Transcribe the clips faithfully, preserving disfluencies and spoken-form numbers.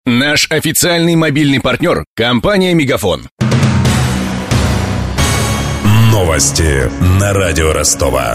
Наш официальный мобильный партнер – компания «Мегафон». Новости на радио Ростова.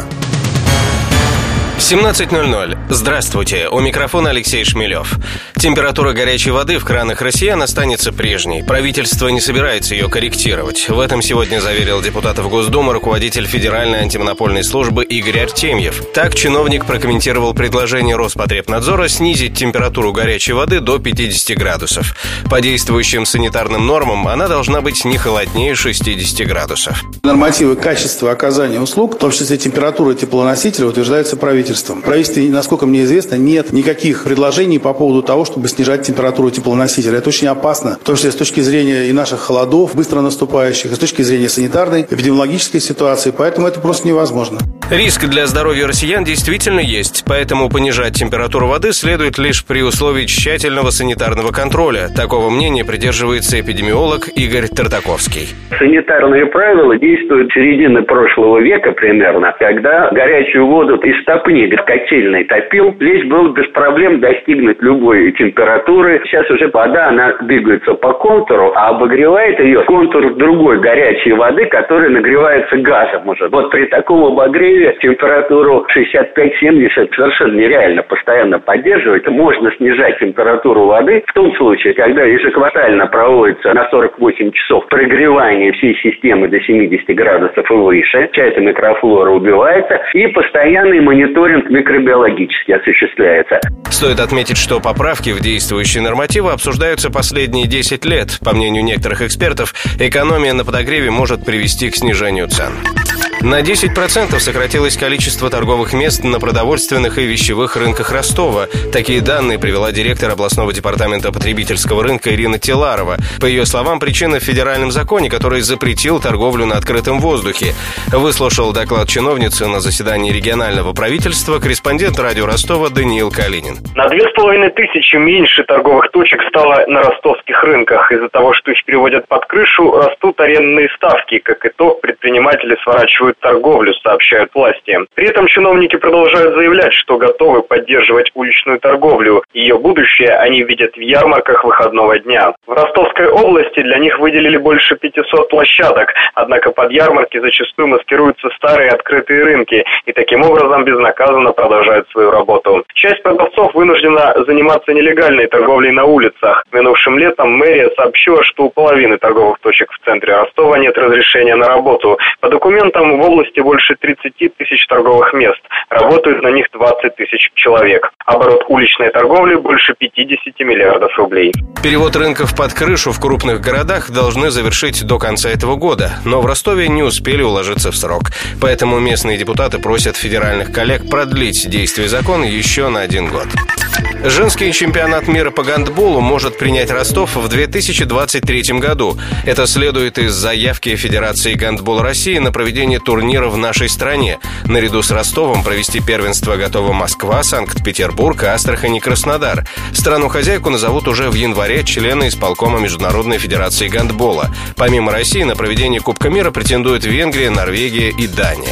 семнадцать ноль ноль. Здравствуйте, у микрофона Алексей Шмелев. Температура горячей воды в кранах россиян останется прежней. Правительство не собирается ее корректировать. В этом сегодня заверил депутатов Госдумы руководитель Федеральной антимонопольной службы Игорь Артемьев. Так чиновник прокомментировал предложение Роспотребнадзора снизить температуру горячей воды до пятидесяти градусов. По действующим санитарным нормам она должна быть не холоднее шестидесяти градусов. Нормативы качества оказания услуг, в том числе температура теплоносителя, утверждаются правительством. В правительстве, насколько мне известно, нет никаких предложений по поводу того, чтобы снижать температуру теплоносителя. Это очень опасно, в том числе с точки зрения и наших холодов, быстро наступающих, и с точки зрения санитарной, эпидемиологической ситуации. Поэтому это просто невозможно. Риск для здоровья россиян действительно есть, поэтому понижать температуру воды следует лишь при условии тщательного санитарного контроля. Такого мнения придерживается эпидемиолог Игорь Тартаковский. Санитарные правила действуют с середины прошлого века примерно, когда горячую воду из топни в котельной топил, здесь было без проблем достигнуть любой температуры. Сейчас уже вода, она двигается по контуру, а обогревает ее контур другой горячей воды, которая нагревается газом уже. Вот при таком обогреве температуру шестьдесят пять - семьдесят совершенно нереально постоянно поддерживать. Можно снижать температуру воды в том случае, когда ежеквартально проводится на сорок восемь часов прогревание всей системы до семидесяти градусов и выше. Часть микрофлора убивается, и постоянный мониторинг микробиологически осуществляется. Стоит отметить, что поправки в действующие нормативы обсуждаются последние десять лет. По мнению некоторых экспертов, экономия на подогреве может привести к снижению цен. На десять процентов сократилось количество торговых мест на продовольственных и вещевых рынках Ростова. Такие данные привела директор областного департамента потребительского рынка Ирина Теларова. По ее словам, причина в федеральном законе, который запретил торговлю на открытом воздухе. Выслушал доклад чиновницы на заседании регионального правительства корреспондент радио Ростова Даниил Калинин. На две с половиной тысячи меньше торговых точек стало на ростовских рынках. Из-за того, что их переводят под крышу, растут арендные ставки. Как итог, предприниматели сворачивают торговлю, сообщают власти. При этом чиновники продолжают заявлять, что готовы поддерживать уличную торговлю. Ее будущее они видят в ярмарках выходного дня. В Ростовской области для них выделили больше пятисот площадок, однако под ярмарки зачастую маскируются старые открытые рынки и таким образом безнаказанно продолжают свою работу. Часть продавцов вынуждена заниматься нелегальной торговлей на улицах. Минувшим летом мэрия сообщила, что у половины торговых точек в центре Ростова нет разрешения на работу. По документам в области больше тридцати тысяч торговых мест. Работают на них двадцать тысяч человек. Оборот уличной торговли больше пятидесяти миллиардов рублей. Перевод рынков под крышу в крупных городах должны завершить до конца этого года, но в Ростове не успели уложиться в срок. Поэтому местные депутаты просят федеральных коллег продлить действие закона еще на один год. Женский чемпионат мира по гандболу может принять Ростов в две тысячи двадцать третьем году. Это следует из заявки Федерации гандбола России на проведение турнира в нашей стране. Наряду с Ростовом провести первенство готова Москва, Санкт-Петербург, Астрахань и Краснодар. Страну-хозяйку назовут уже в январе члены исполкома Международной Федерации гандбола. Помимо России на проведение Кубка мира претендуют Венгрия, Норвегия и Дания.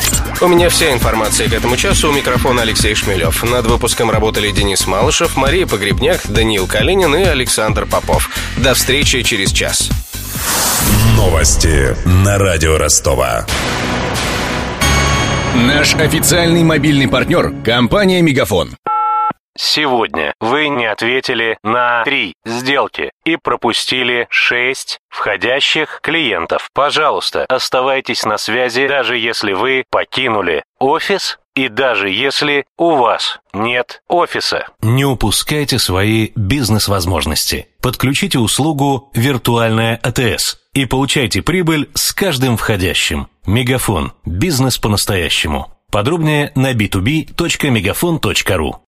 У меня вся информация к этому часу. У микрофона Алексей Шмелев. Над выпуском работали Денис Малышев, Мария Погребняк, Даниил Калинин и Александр Попов. До встречи через час. Новости на радио Ростова. Наш официальный мобильный партнер – компания «Мегафон». Сегодня вы не ответили на три сделки и пропустили шесть входящих клиентов. Пожалуйста, оставайтесь на связи, даже если вы покинули офис и даже если у вас нет офиса. Не упускайте свои бизнес-возможности. Подключите услугу «Виртуальная АТС» и получайте прибыль с каждым входящим. Мегафон. Бизнес по-настоящему. Подробнее на би ту би точка мегафон точка ру.